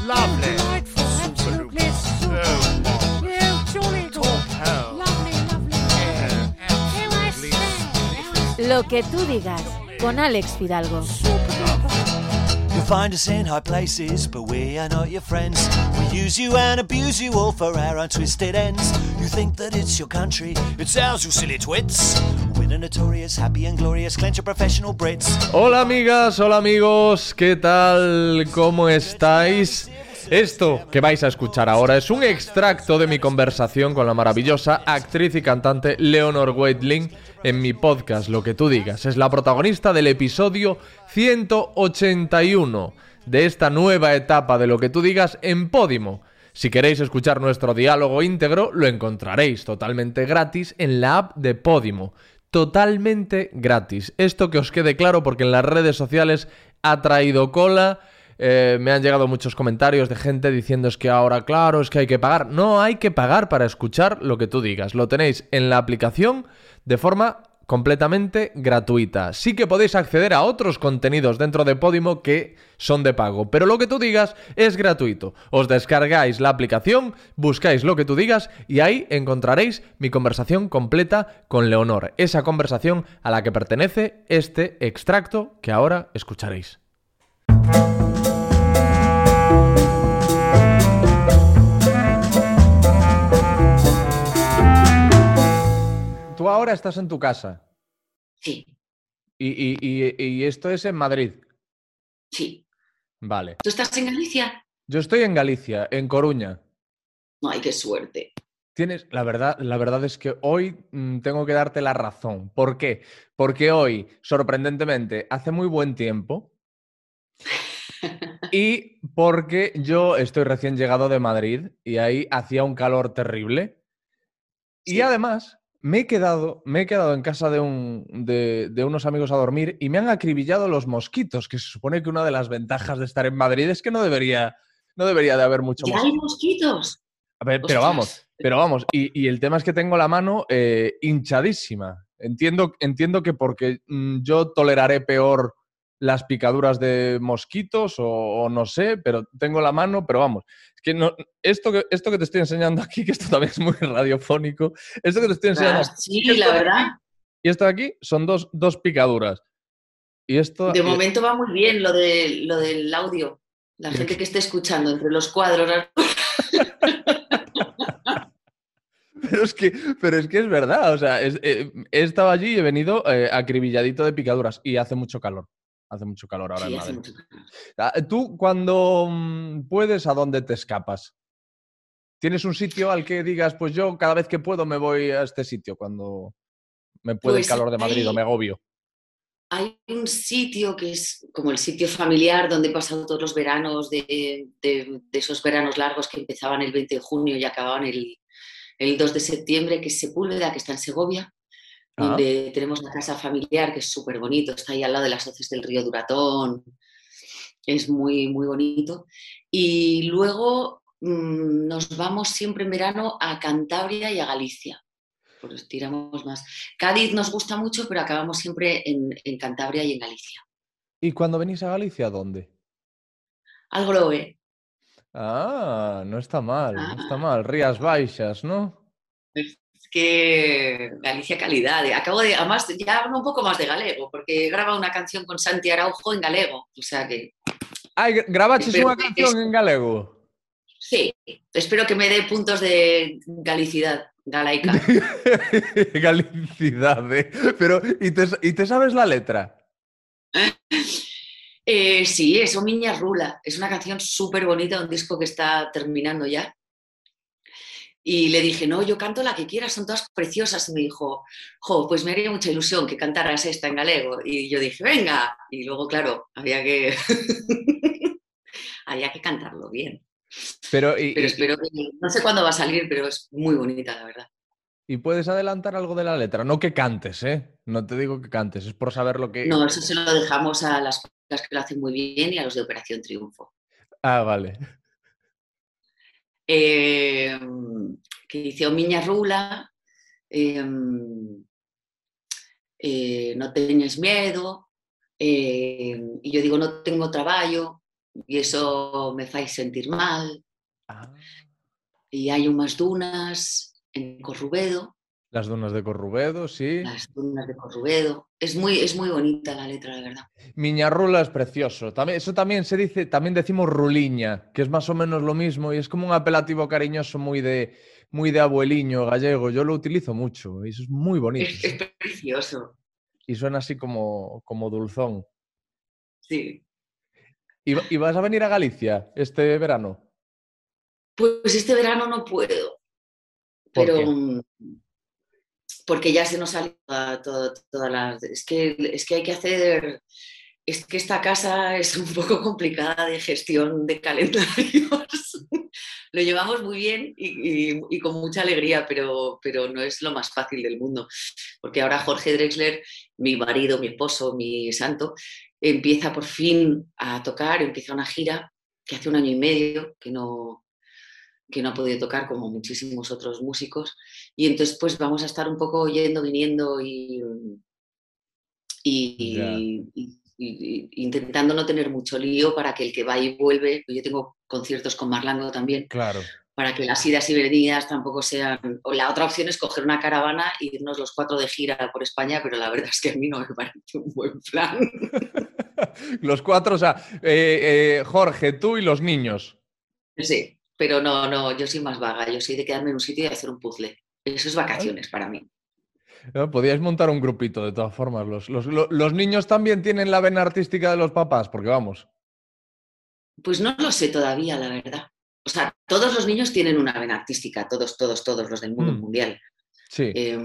Lovely. Delightful, absolutely super. Beautiful, lovely, lovely. Here I stand. Lo que tú digas, con Alex Fidalgo. You'll find us in high places, but we are not your friends. We use you and abuse you all for our own twisted ends. You think that it's your country, it's ours, you silly twits. We're the notorious, happy and glorious, clench of professional Brits. Hola amigas, hola amigos, ¿qué tal? ¿Cómo estáis? Esto que vais a escuchar ahora es un extracto de mi conversación con la maravillosa actriz y cantante Leonor Watling en mi podcast Lo que tú digas. Es la protagonista del episodio 181 de esta nueva etapa de Lo que tú digas en Podimo. Si queréis escuchar nuestro diálogo íntegro, lo encontraréis totalmente gratis en la app de Podimo. Totalmente gratis. Esto que os quede claro porque en las redes sociales ha traído cola. Me han llegado muchos comentarios de gente diciendo es que ahora, claro, es que hay que pagar. No hay que pagar para escuchar Lo que tú digas. Lo tenéis en la aplicación de forma completamente gratuita. Sí que podéis acceder a otros contenidos dentro de Podimo que son de pago, pero Lo que tú digas es gratuito. Os descargáis la aplicación, buscáis Lo que tú digas y ahí encontraréis mi conversación completa con Leonor. Esa conversación a la que pertenece este extracto que ahora escucharéis. Tú ahora estás en tu casa. Sí. Y esto es en Madrid. Sí. Vale. ¿Tú estás en Galicia? Yo estoy en Galicia, en Coruña. Ay, qué suerte. La verdad es que hoy tengo que darte la razón. ¿Por qué? Porque hoy, sorprendentemente, hace muy buen tiempo. Y porque yo estoy recién llegado de Madrid y ahí hacía un calor terrible. Sí. Y además me he quedado en casa de unos amigos a dormir y me han acribillado los mosquitos, que se supone que una de las ventajas de estar en Madrid es que no debería de haber mucho mosquito. ¿Ya hay mosquitos? A ver, pero vamos. Y el tema es que tengo la mano hinchadísima. Entiendo que porque yo toleraré peor las picaduras de mosquitos o no sé, pero tengo la mano, pero vamos, es que no, esto que te estoy enseñando aquí, que esto también es muy radiofónico, esto que te estoy enseñando aquí, sí, la verdad. Y esto de aquí son dos picaduras. Y esto de momento va muy bien lo del audio. La gente que esté escuchando entre los cuadros. Pero es que es verdad, o sea, he estado allí y he venido acribilladito de picaduras y hace mucho calor. Hace mucho calor ahora en Madrid. ¿Tú cuando puedes, a dónde te escapas? ¿Tienes un sitio al que digas, pues yo cada vez que puedo me voy a este sitio cuando me puede el calor de Madrid o me agobio? Hay un sitio que es como el sitio familiar donde he pasado todos los veranos, de esos veranos largos que empezaban el 20 de junio y acababan el 2 de septiembre, que es Sepúlveda, que está en Segovia. Donde tenemos la casa familiar, que es súper bonito, está ahí al lado de las hoces del río Duratón, es muy, muy bonito. Y luego nos vamos siempre en verano a Cantabria y a Galicia, pues tiramos más. Cádiz nos gusta mucho, pero acabamos siempre en Cantabria y en Galicia. ¿Y cuando venís a Galicia, dónde? Al Grove. No está mal, no está mal. Rías Baixas, ¿no? Es que Galicia calidad. Además, ya hablo un poco más de galego, porque he grabado una canción con Santi Araujo en galego. O sea que. ¿Grabaches una canción en galego? Sí, espero que me dé puntos de galicidad, galaica. Galicidad, ¿eh? Pero, ¿y te sabes la letra? Sí, es O Miña Rula. Es una canción súper bonita, un disco que está terminando ya. Y le dije, no, yo canto la que quieras, son todas preciosas. Y me dijo, pues me haría mucha ilusión que cantaras esta en galego. Y yo dije, venga. Y luego, claro, había que cantarlo bien. Pero espero que... No sé cuándo va a salir, pero es muy bonita, la verdad. ¿Y puedes adelantar algo de la letra? No que cantes, ¿eh? No te digo que cantes, es por saber lo que... No, eso se lo dejamos a las chicas que lo hacen muy bien y a los de Operación Triunfo. Vale. Que dice O Miña Rula, no teñes miedo, y yo digo no tengo traballo, y eso me fai sentir mal. Ah, Y hai unhas dunas en Corrubedo, las dunas de Corrubedo, sí. las dunas de Corrubedo. Es muy bonita la letra, la verdad. Miñarrula es precioso. También, eso también se dice, también decimos ruliña, que es más o menos lo mismo y es como un apelativo cariñoso muy de abueliño gallego. Yo lo utilizo mucho y eso es muy bonito. Es precioso, Y suena así como dulzón. sí. ¿Y vas a venir a Galicia este verano? Pues este verano no puedo, ¿Por pero qué? porque ya se nos sale toda la... Es que hay que hacer... Es que esta casa es un poco complicada de gestión de calendarios. Lo llevamos muy bien y con mucha alegría, pero no es lo más fácil del mundo. Porque ahora Jorge Drexler, mi marido, mi esposo, mi santo, empieza por fin a tocar, empieza una gira que hace 1 año y medio que no ha podido tocar como muchísimos otros músicos. Y entonces pues vamos a estar un poco yendo, viniendo Ya, intentando no tener mucho lío para que el que va y vuelve, yo tengo conciertos con Marlango también, claro. para que las idas y venidas tampoco sean... O la otra opción es coger una caravana y irnos los 4 de gira por España, pero la verdad es que a mí no me parece un buen plan. Los cuatro, o sea, Jorge, tú y los niños. Sí, pero no, yo soy más vaga, yo soy de quedarme en un sitio y hacer un puzzle. Eso es Ah, vacaciones para mí. no, podíais montar un grupito, de todas formas. Los niños también tienen la vena artística de los papás, porque vamos. Pues no lo sé todavía, la verdad. O sea, todos los niños tienen una vena artística, todos los del mundo Mm, mundial. sí, Eh,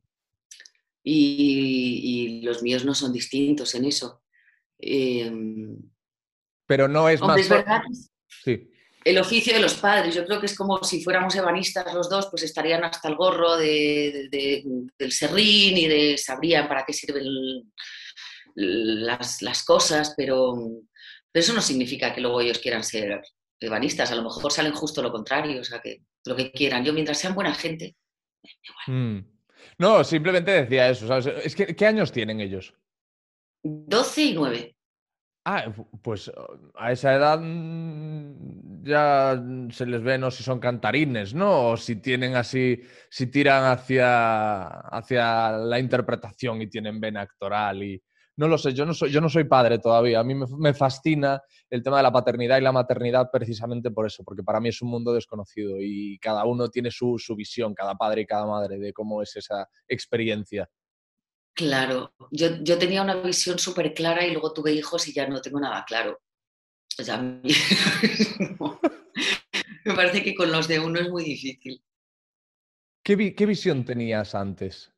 y los míos no son distintos en eso. Eh, pero no es Hombre, más... es verdad Sí, el oficio de los padres, yo creo que es como si fuéramos ebanistas los dos, pues estarían hasta el gorro del serrín y sabrían para qué sirven las cosas, pero eso no significa que luego ellos quieran ser ebanistas, a lo mejor salen justo lo contrario, o sea, que lo que quieran. Yo, mientras sean buena gente, igual. mm. No, simplemente decía eso, ¿sabes? Es que, ¿qué años tienen ellos? 12 y 9. Ah, pues a esa edad ya se les ve, no si son cantarines, ¿no? O si tienen así, si tiran hacia la interpretación y tienen vena actoral y... No lo sé, yo no soy padre todavía. A mí me fascina el tema de la paternidad y la maternidad precisamente por eso, porque para mí es un mundo desconocido y cada uno tiene su visión, cada padre y cada madre, de cómo es esa experiencia. Claro, yo tenía una visión súper clara y luego tuve hijos y ya no tengo nada claro. O sea, no. Me parece que con los de uno es muy difícil. ¿Qué visión tenías antes?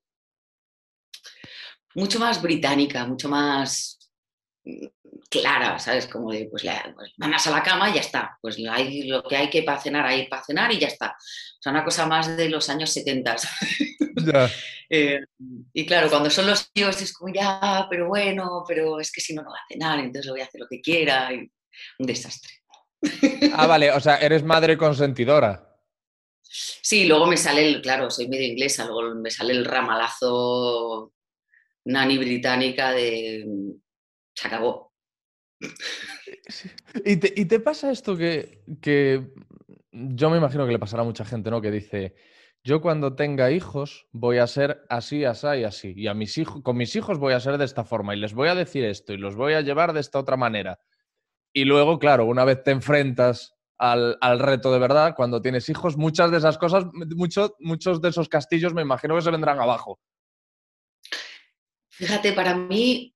Mucho más británica, mucho más clara, ¿sabes? Como de, pues mandas a la cama y ya está. Pues hay lo que hay que para cenar, hay para cenar y ya está. O sea, una cosa más de los años 70. Ya. Eh, y claro, cuando son los tíos es como, ya, pero bueno, pero es que si no, no va a cenar, entonces lo voy a hacer lo que quiera. Y un desastre. Ah, vale, o sea, eres madre consentidora. Sí, luego me sale claro, soy medio inglesa, luego me sale el ramalazo nani británica de se acabó. Sí. ¿Y te pasa esto que yo me imagino que le pasará a mucha gente, ¿no? Que dice, yo cuando tenga hijos voy a ser así, así y así. Y a mis hijos, con mis hijos voy a ser de esta forma y les voy a decir esto y los voy a llevar de esta otra manera. Y luego, claro, una vez te enfrentas al reto de verdad, cuando tienes hijos, muchas de esas cosas, muchos de esos castillos me imagino que se vendrán abajo. Fíjate, para mí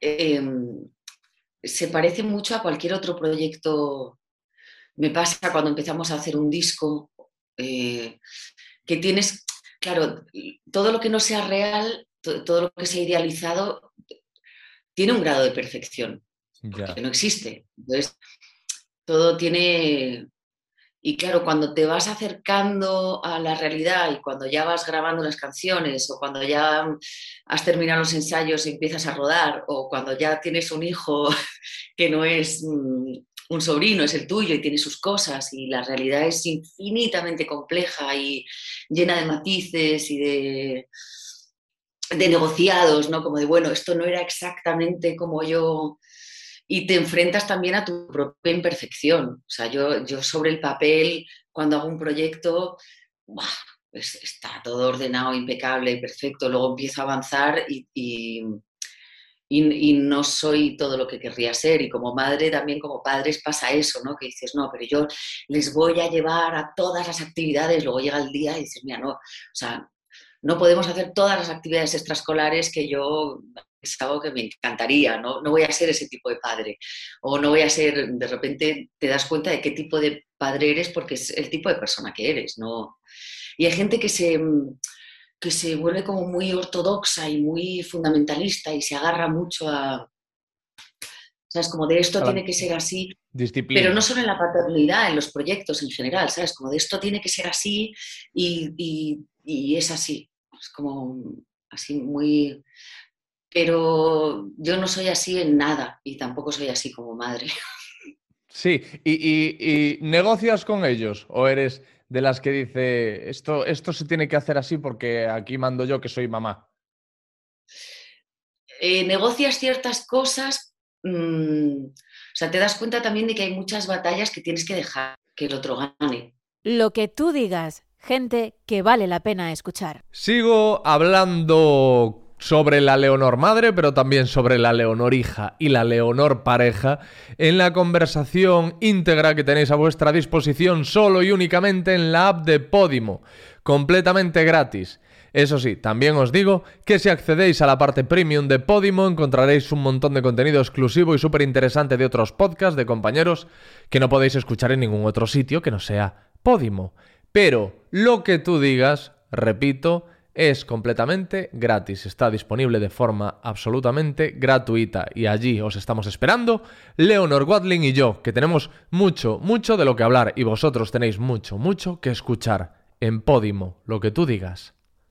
se parece mucho a cualquier otro proyecto. Me pasa cuando empezamos a hacer un disco, que tienes, claro, todo lo que no sea real, todo lo que sea idealizado, tiene un grado de perfección, porque Ya. no existe. Entonces, todo tiene... Y claro, cuando te vas acercando a la realidad y cuando ya vas grabando las canciones o cuando ya has terminado los ensayos y empiezas a rodar o cuando ya tienes un hijo que no es un sobrino, es el tuyo y tiene sus cosas y la realidad es infinitamente compleja y llena de matices y de negociados, ¿no? Como de, bueno, esto no era exactamente como yo y te enfrentas también a tu propia imperfección. O sea, yo sobre el papel, cuando hago un proyecto, ¡buah!, está todo ordenado, impecable, perfecto. Luego empiezo a avanzar y no soy todo lo que querría ser. Y como madre, también como padres pasa eso, ¿no? Que dices, no, pero yo les voy a llevar a todas las actividades. Luego llega el día y dices, mira, no, o sea, no podemos hacer todas las actividades extraescolares que yo es algo que me encantaría, ¿no? No voy a ser ese tipo de padre. O no voy a ser, de repente te das cuenta de qué tipo de padre eres porque es el tipo de persona que eres, ¿no? Y hay gente que se vuelve como muy ortodoxa y muy fundamentalista y se agarra mucho a, ¿sabes? Como de esto A la tiene que ser así, disciplina. pero no solo en la paternidad, en los proyectos en general, ¿sabes? Como de esto tiene que ser así y es así. Es como así muy... Pero yo no soy así en nada y tampoco soy así como madre. Sí, ¿y negocias con ellos? ¿O eres de las que dice, esto se tiene que hacer así porque aquí mando yo que soy mamá? Negocias ciertas cosas, o sea, te das cuenta también de que hay muchas batallas que tienes que dejar que el otro gane. Lo que tú digas, gente que vale la pena escuchar. Sigo hablando sobre la Leonor madre, pero también sobre la Leonor hija y la Leonor pareja en la conversación íntegra que tenéis a vuestra disposición solo y únicamente en la app de Podimo, completamente gratis. Eso sí, también os digo que si accedéis a la parte premium de Podimo encontraréis un montón de contenido exclusivo y súper interesante de otros podcasts de compañeros que no podéis escuchar en ningún otro sitio que no sea Podimo. Pero lo que tú digas, repito, es completamente gratis. Está disponible de forma absolutamente gratuita. Y allí os estamos esperando, Leonor Watling y yo, que tenemos mucho, mucho de lo que hablar. Y vosotros tenéis mucho, mucho que escuchar. En Podimo, lo que tú digas.